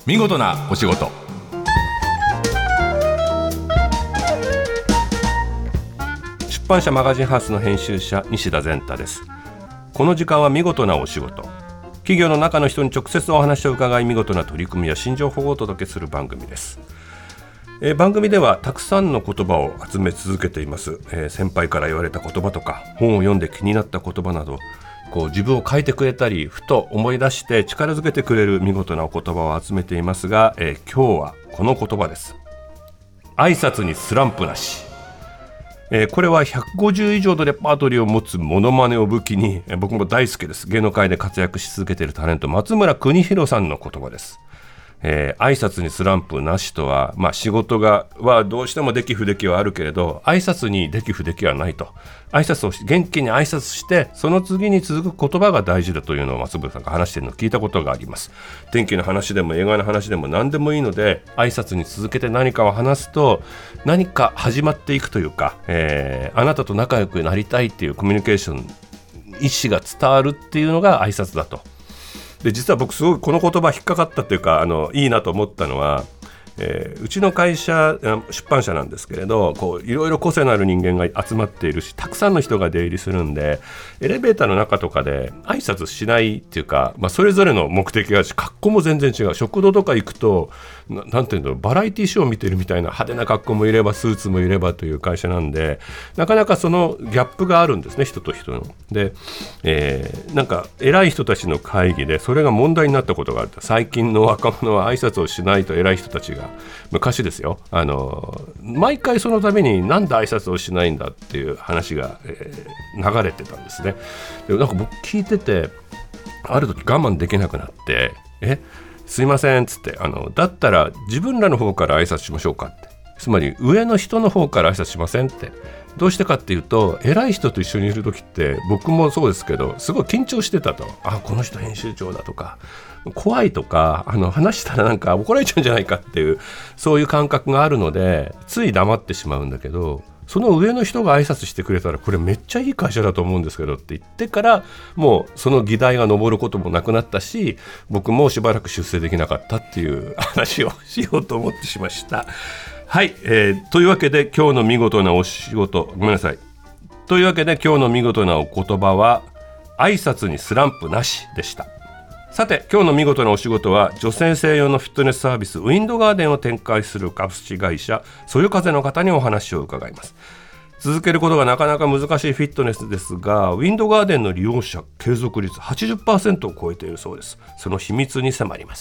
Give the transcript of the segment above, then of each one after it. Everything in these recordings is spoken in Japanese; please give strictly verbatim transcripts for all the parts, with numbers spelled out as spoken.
見事なお仕事。出版社マガジンハウスの編集者西田善太です。この時間は見事なお仕事、企業の中の人に直接お話を伺い、見事な取り組みや新情報をお届けする番組です。えー、番組ではたくさんの言葉を集め続けています。えー、先輩から言われた言葉とか、本を読んで気になった言葉など、こう自分を変えてくれたり、ふと思い出して力づけてくれる見事なお言葉を集めていますが、えー、今日はこの言葉です。挨拶にスランプなし。えー、これはひゃくごじゅう以上のレパートリーを持つモノマネを武器に、えー、僕も大好きです。芸能界で活躍し続けているタレント松村邦洋さんの言葉です。えー、挨拶にスランプなしとは、まあ、仕事がはどうしても出来不出来はあるけれど、挨拶に出来不出来はないと。挨拶をし元気に挨拶して、その次に続く言葉が大事だというのを松村さんが話しているのを聞いたことがあります。天気の話でも映画の話でも何でもいいので、挨拶に続けて何かを話すと何か始まっていくというか、えー、あなたと仲良くなりたいっていうコミュニケーション、意思が伝わるっていうのが挨拶だと。で実は僕すごいこの言葉引っかかったというか、あのいいなと思ったのは、えー、うちの会社出版社なんですけれど、こういろいろ個性のある人間が集まっているし、たくさんの人が出入りするんで、エレベーターの中とかで挨拶しないっていうか、まあ、それぞれの目的があるし、格好も全然違う。食堂とか行くと な, なんていうのバラエティショーを見てるみたいな派手な格好もいれば、スーツもいればという会社なんで、なかなかそのギャップがあるんですね、人と人の。で、えー、なんか偉い人たちの会議でそれが問題になったことがある。最近の若者は挨拶をしないと、偉い人たちが昔ですよ、あの毎回そのためになんで挨拶をしないんだっていう話が、えー、流れてたんですね。でなんか僕聞いてて、ある時我慢できなくなって、えすいませんっつって、あのだったら自分らの方から挨拶しましょうかって、つまり上の人の方から挨拶しませんって。どうしてかっていうと、偉い人と一緒にいる時って、僕もそうですけど、すごい緊張してたと。あ、この人編集長だとか、怖いとか、あの話したらなんか怒られちゃうんじゃないかっていう、そういう感覚があるので、つい黙ってしまうんだけど、その上の人が挨拶してくれたら、これめっちゃいい会社だと思うんですけどって言ってから、もうその議題が上ることもなくなったし、僕もしばらく出世できなかったっていう話をしようと思ってしました。はい、えー、というわけで今日の見事なお仕事、ごめんなさい。というわけで今日の見事なお言葉は、挨拶にスランプなしでした。さて、今日の見事なお仕事は、女性専用のフィットネスサービスウィンドガーデンを展開する株式会社そよ風の方にお話を伺います。続けることがなかなか難しいフィットネスですが、ウィンドガーデンの利用者継続率 はちじゅっパーセント を超えているそうです。その秘密に迫ります。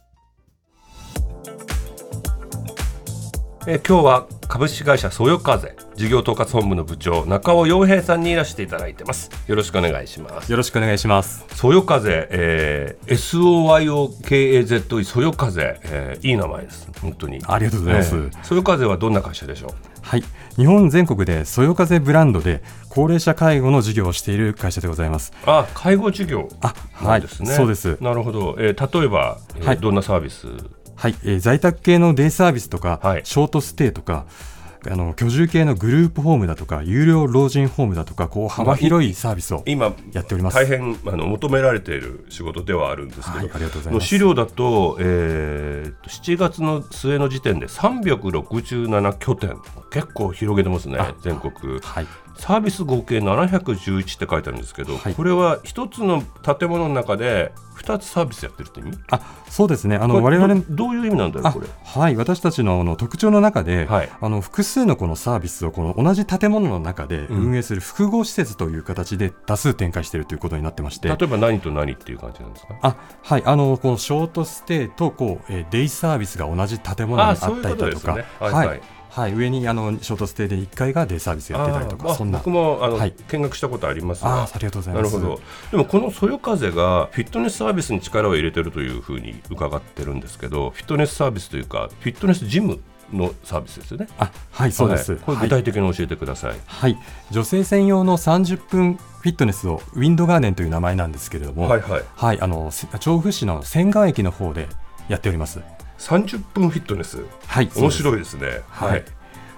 え今日は株式会社そよ風事業統括本部の部長中尾洋平さんにいらしていただいてます。よろしくお願いします。 よろしくお願いします。 そよ風、えー、エスオーワイオーケーエーゼットイー そよ風、えー、いい名前です。本当にありがとうございます。 そよ風はどんな会社でしょう？ はい、日本全国でそよ風ブランドで高齢者介護の事業をしている会社でございます。 あ、介護事業なんですね。 はい、そうです。 なるほど。えー、例えば、えーはい、どんなサービス？ はい、えー、在宅系のデイサービスとか、 はい、 ショートステイとか、あの居住系のグループホームだとか、有料老人ホームだとか、こう幅広いサービスをやっております。 今大変あの求められている仕事ではあるんですけど、 はい、ありがとうございます。 資料だと、えー、しちがつの末の時点でさんびゃくろくじゅうなな拠点、結構広げてますね、全国。はい、サービス合計ななひゃくじゅういちって書いてあるんですけど、はい、これは一つの建物の中でふたつサービスやってるって意味？ あ、そうですね。あの我々 ど, どういう意味なんだろうこれ？ はい、私たち の, あの特徴の中で、はい、あの複数のこのサービスをこの同じ建物の中で運営する複合施設という形で多数展開しているということになってまして、 例えば何と何っていう感じなんですか？ あ、はい、あのこのショートステイとこう、えー、デイサービスが同じ建物にあったりだとか、はい、上にあのショートステイでいっかいがデイサービスやってたりとか、 まあ、 そんな僕もあの、はい、見学したことありますが。 あ, ありがとうございます。 なるほど。でもこのそよ風がフィットネスサービスに力を入れてるというふうに伺ってるんですけど、フィットネスサービスというかフィットネスジムのサービスですよね。 あ、はい、そうです、 はい、これ具体的に教えてください。 はい、はい、女性専用のさんじゅっぷんフィットネスをウィンドガーデンという名前なんですけれども、 はいはいはい、あの調布市の千川駅の方でやっております。 さんじゅっぷんフィットネス、 はい、 面白いですね。 はい、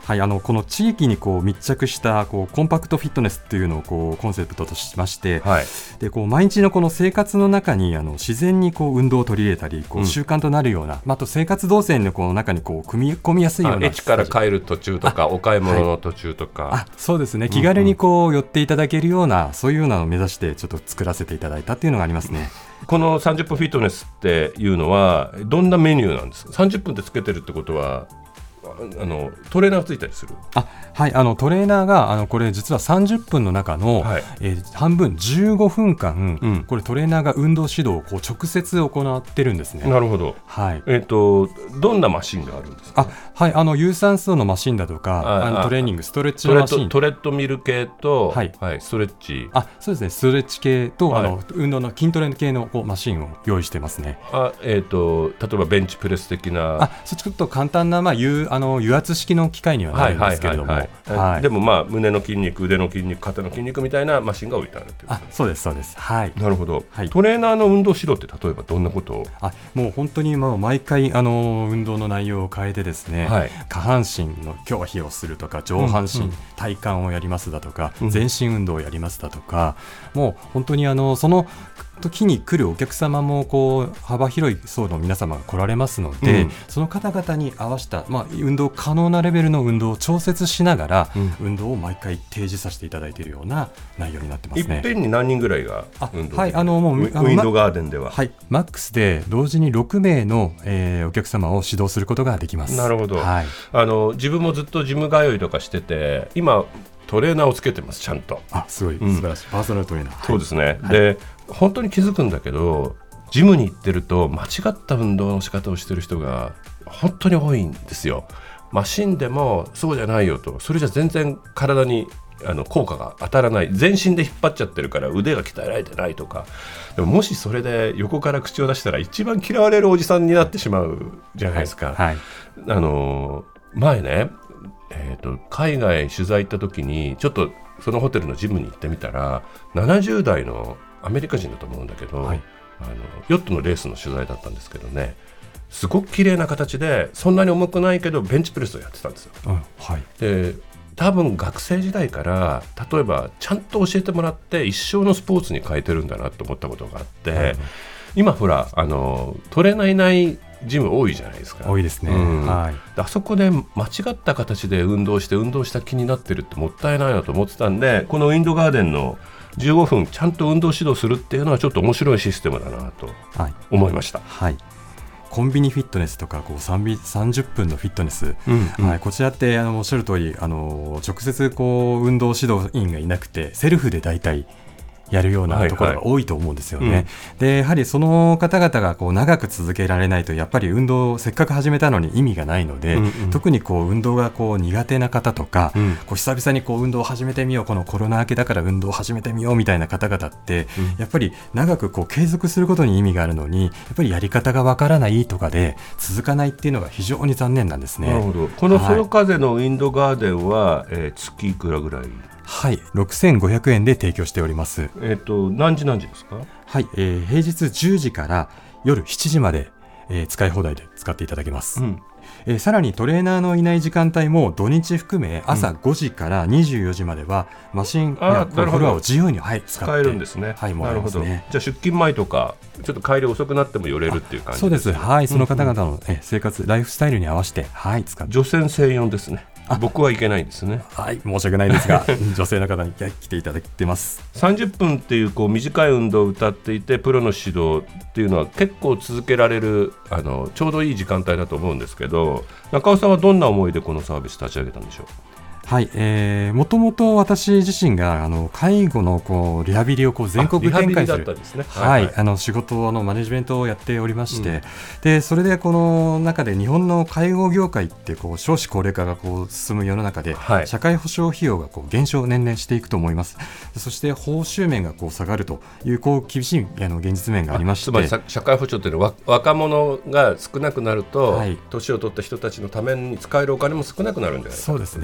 はい、あのこの地域にこう密着したこうコンパクトフィットネスっていうのをこうコンセプトとしまして、はい、でこう毎日のこの生活の中にあの自然にこう運動を取り入れたりこう習慣となるような、うんまあ、あと生活動線のこの中にこう組み込みやすいような駅から帰る途中とかお買い物の途中とか、 はい、あそうですね気軽にこう寄っていただけるような、うんうん、そういうのを目指してちょっと作らせていただいたっていうのがありますね。 このさんじゅっぷんフィットネスっていうのはどんなメニューなんですか？さんじゅっぷんでつけてるってことはあのトレーナーがついたりする？ あ、はい、あのトレーナーがあのこれ実はさんじゅっぷんの中の、はいえー、半分じゅうごふんかん、うん、これトレーナーが運動指導をこう直接行ってるんですね。 なるほど、はいえー、とどんなマシンがあるんですか？ あ、はい、あの有酸素のマシンだとかああのトレーニングストレッチのマシントレッドミル系と、はいはい、ストレッチあそうですねストレッチ系と、はい、あの運動の筋トレ系のこうマシンを用意してますね。 あ、えー、と例えばベンチプレス的なあそちょっと簡単な、まあ、油, あの油圧式の機械にはなるんですけれども、はいはいはいはい、でもまあ胸の筋肉腕の筋肉肩の筋肉みたいなマシンが置いてあるっていうこと。 あそうですそうです、はい、 なるほど、はい、トレーナーの運動指導って例えばどんなことを？ あもう本当にもう毎回あの運動の内容を変えてですね、はい、下半身の強皮をするとか上半身、うんうん、体幹をやりますだとか、うん、全身運動をやりますだとか、もう本当にあのその時に来るお客様もこう幅広い層の皆様が来られますので、うん、その方々に合わせた、まあ、運動可能なレベルの運動を調節しながら、うん、運動を毎回提示させていただいているような内容になってますね。 いっぺんに何人ぐらいが運動？ はい、あのもうウィンドガーデンでは、 はい、マックスで同時にろくめいの、えー、お客様を指導することができます。 なるほど、はい、あの自分もずっとジム通いとかしてて今トレーナーをつけてますちゃんと。 あすごい、うん、素晴らしいパーソナルトレーナー。 そうですね、はい、で本当に気づくんだけどジムに行ってると間違った運動の仕方をしてる人が本当に多いんですよ。マシンでもそうじゃないよと、それじゃ全然体にあの効果が当たらない、全身で引っ張っちゃってるから腕が鍛えられてないとか。でももしそれで横から口を出したら一番嫌われるおじさんになってしまうじゃないですか、はいはい、あの前ね、えーと、海外取材行った時にちょっとそのホテルのジムに行ってみたらななじゅうだいのアメリカ人だと思うんだけど、はい、あのヨットのレースの取材だったんですけどね、すごく綺麗な形でそんなに重くないけどベンチプレスをやってたんですよ、うんはい、で多分学生時代から例えばちゃんと教えてもらって一生のスポーツに変えてるんだなと思ったことがあって、うん、今ほらあのトレーナーいないジム多いじゃないですか。 多いですね、うんはい、 あそこで間違った形で運動して運動した気になってるってもったいないなと思ってたんで、このウィンドガーデンのじゅうごふんちゃんと運動指導するっていうのはちょっと面白いシステムだなと思いました、 はいはい、コンビニフィットネスとかこうさんじゅっぷんのフィットネス、うんうんはい、こちらってあのおっしゃる通りあの直接こう運動指導員がいなくてセルフで大体やるようなところが多いと思うんですよね、はいはいうん、でやはりその方々がこう長く続けられないとやっぱり運動をせっかく始めたのに意味がないので、うんうん、特にこう運動がこう苦手な方とか、うん、こう久々にこう運動を始めてみよう、このコロナ明けだから運動を始めてみようみたいな方々って、うん、やっぱり長くこう継続することに意味があるのにやっぱりやり方がわからないとかで続かないっていうのが非常に残念なんですね。 なるほど。このそよ風のウィンドガーデンは、はいえー、月いくらぐらい？ はい、ろくせんごひゃくえんで提供しております。 えっと、何時何時ですか？ はい、えー、平日じゅうじから夜しちじまで、えー、使い放題で使っていただけます、うんえー、さらにトレーナーのいない時間帯も土日含め朝ごじからにじゅうよじまではマシンやフロアを自由に、はい、使って使えるんですね。 はい、もらえますね。 なるほど。じゃあ出勤前とかちょっと帰り遅くなっても寄れるっていう感じですね。 そうです、はい、その方々の、え生活ライフスタイルに合わせて、はい、使って女性専用ですね。僕はいけないんですね。 はい、申し訳ないですが女性の方に来ていただいてます。 さんじゅっぷんっていう、こう短い運動を歌っていてプロの指導っていうのは結構続けられるあのちょうどいい時間帯だと思うんですけど、中尾さんはどんな思いでこのサービス立ち上げたんでしょう？ はい、えー、もともと私自身があの介護のこうリハビリをこう全国展開する、ねはいはい、あの仕事のマネジメントをやっておりまして、うん、でそれでこの中で日本の介護業界ってこう少子高齢化がこう進む世の中で、はい、社会保障費用がこう減少年々していくと思います。そして報酬面がこう下がるという、こう厳しいあの現実面がありまして、つまり社会保障というのは若者が少なくなると、はい、年を取った人たちのために使えるお金も少なくなるんじゃないかということですね。 そうですね、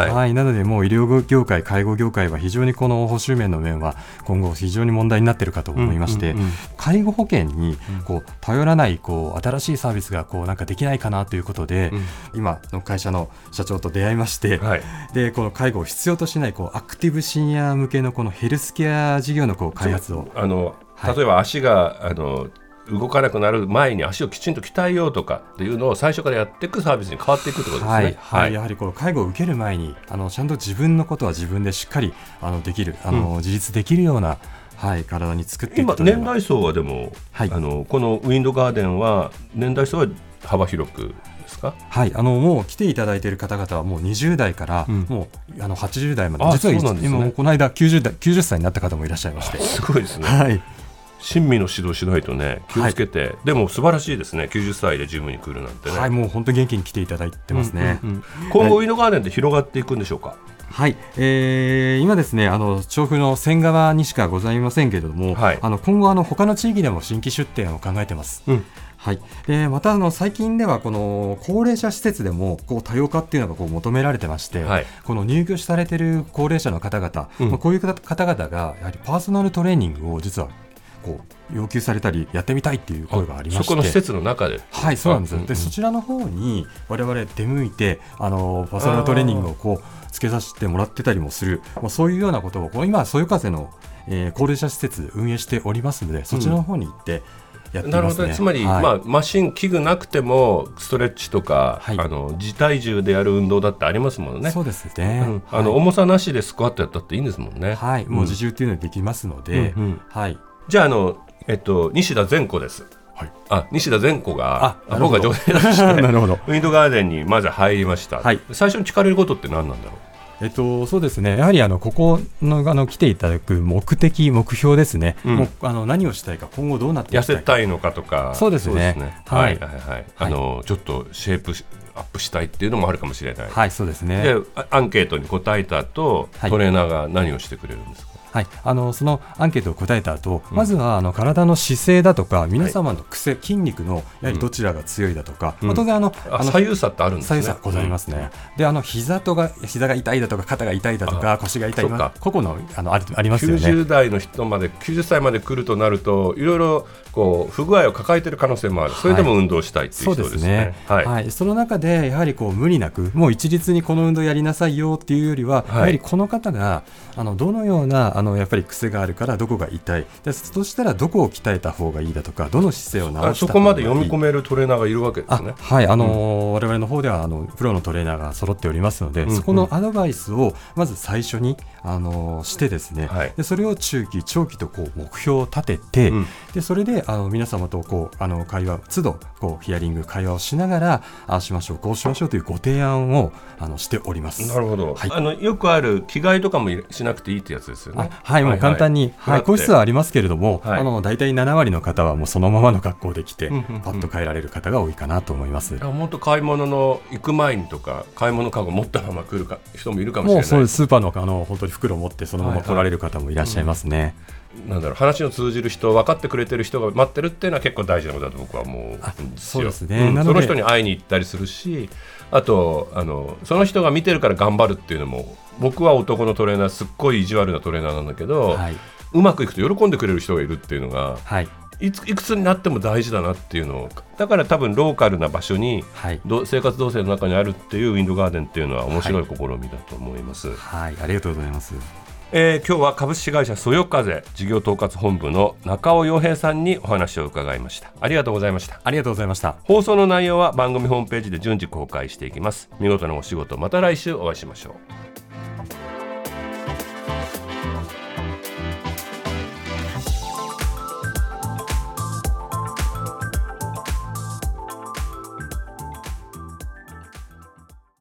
はいはい、なのでもう医療業界介護業界は非常にこの報酬面の面は今後非常に問題になっているかと思いまして、 うんうんうん、 介護保険にこう頼らないこう新しいサービスがこうなんかできないかなということで、うん、今の会社の社長と出会いまして、はい、でこの介護を必要としないこうアクティブシニア向けのこのヘルスケア事業のこう開発を、 あの例えば足が、はい、あの動かなくなる前に足をきちんと鍛えようとかっていうのを最初からやっていくサービスに変わっていくってことですね。 はい、はいはい、やはりこの介護を受ける前にあのちゃんと自分のことは自分でしっかりあのできるあの、うん、自立できるような、はい、体に作っていくという。 今年代層はでも、はい、あのこのウィンドガーデンは年代層は幅広くですか？ はい、あのもう来ていただいている方々はもうにじゅう代から、うん、もうあのはちじゅう代まで、実は今、ね、この間きゅうじゅう代きゅうじゅっさいになった方もいらっしゃいまして、 すごいですね。 はい、 親身の指導しないとね、気をつけて、はい、でも素晴らしいですね。きゅうじゅっさいでジムに来るなんてね。 はい、もう本当に元気に来ていただいてますね。 うんうんうん、今後ウィンドガーデンって広がっていくんでしょうか？ はい、えー、今ですね、あの調布の線側にしかございませんけれども、はい、あの今後あの他の地域でも新規出店を考えてます。うん、はい、でまたあの最近ではこの高齢者施設でもこう多様化っていうのがこう求められてまして、はい、この入居されている高齢者の方々、うん、まあ、こういう方々がやはりパーソナルトレーニングを実はこう要求されたりやってみたいっていう声がありまして、 そこの施設の中で、 はい、そうなんです。で、うんうん、そちらの方に我々出向いてあのパーソナルトレーニングをこうつけさせてもらってたりもする、まあ、そういうようなことをこう今そよ風の、えー、高齢者施設運営しておりますので、そちらの方に行ってやっていますね。 なるほどね。つまり、はい、まあ、マシン器具なくてもストレッチとか、はい、あの自体重でやる運動だってありますもんね。 そうですね、うん、 あの、はい、重さなしでスクワットやったっていいんですもんね。 はい、もう自重っていうのができますので、うんうん、はい、 じゃあ、あの、えっと、西田善子です。はい、あ西田善子が僕が女性としてなるほどウィンドガーデンにまず入りました。はい、最初に聞かれることって何なんだろう？ えっと、そうですね、やはりあのここ の, あの来ていただく目的目標ですね、うん、もうあの何をしたいか、今後どうなっていきたいか、 痩せたいのかとか。 そうですね、そうですね、はいはいはい、 あの、はい、ちょっとシェイプアップしたいっていうのもあるかもしれない。 はい、そうですね。 でアンケートに答えた後、はい、トレーナーが何をしてくれるんですか？ はい、あのそのアンケートを答えた後、うん、まずはあの体の姿勢だとか皆様の癖、はい、筋肉のやはりどちらが強いだとか、うん、まあ、当然あの、 ああの左右差ってあるんですね。 左右差ございますね。うん、であの膝とが膝が痛いだとか肩が痛いだとか腰が痛いとか個々のあの あ, ありますよね。 きゅうじゅう代の人まできゅうじゅっさいまで来るとなるといろいろこう不具合を抱えている可能性もある。それでも運動したいっていう人ですね。はい、そうですね。はいはい、その中でやはりこう無理なくもう一律にこの運動やりなさいよっていうよりは、はい、やはりこの方があのどのようなあのやっぱり癖があるからどこが痛いで、そしたらどこを鍛えた方がいいだとか、どの姿勢を直した方がいい、 そこまで読み込めるトレーナーがいるわけですね。 はい、あのーうん、我々の方ではあのプロのトレーナーが揃っておりますので、うんうん、そこのアドバイスをまず最初に、あのー、してですね、はい、でそれを中期長期とこう目標を立てて、うん、でそれであの皆様とこうあの会話都度こうヒアリング会話をしながらああしましょうこうしましょうというご提案をあのしております。 なるほど、はい、あのよくある着替えとかもしなくていいってやつですよね。 はい、もう簡単に、はいはい、個室はありますけれども、はい、あの大体なな割の方はもうそのままの格好で来て、うんうんうん、パッと帰られる方が多いかなと思います。 もっと買い物の行く前にとか買い物カゴ持ったまま来るか人もいるかもしれない。 もうそうです。スーパー の, あの本当に袋を持ってそのまま来られる方もいらっしゃいますね。はいはい、 うん、なんだろう、話の通じる人、分かってくれてる人が待ってるっていうのは結構大事なことだと僕は思うんですよ。 そうですね、うん、 なのでその人に会いに行ったりするし、あとあのその人が見てるから頑張るっていうのも、僕は男のトレーナーすっごい意地悪なトレーナーなんだけど、はい、うまくいくと喜んでくれる人がいるっていうのが、はい、い, ついくつになっても大事だなっていうのを、だから多分ローカルな場所に、はい、生活動線の中にあるっていうウィンドガーデンっていうのは面白い試みだと思います。 はい、ありがとうございます。 えー、今日は株式会社そよ風事業統括本部の中尾洋平さんにお話を伺いました。ありがとうございました。 ありがとうございました。 放送の内容は番組ホームページで順次公開していきます。見事なお仕事、また来週お会いしましょう。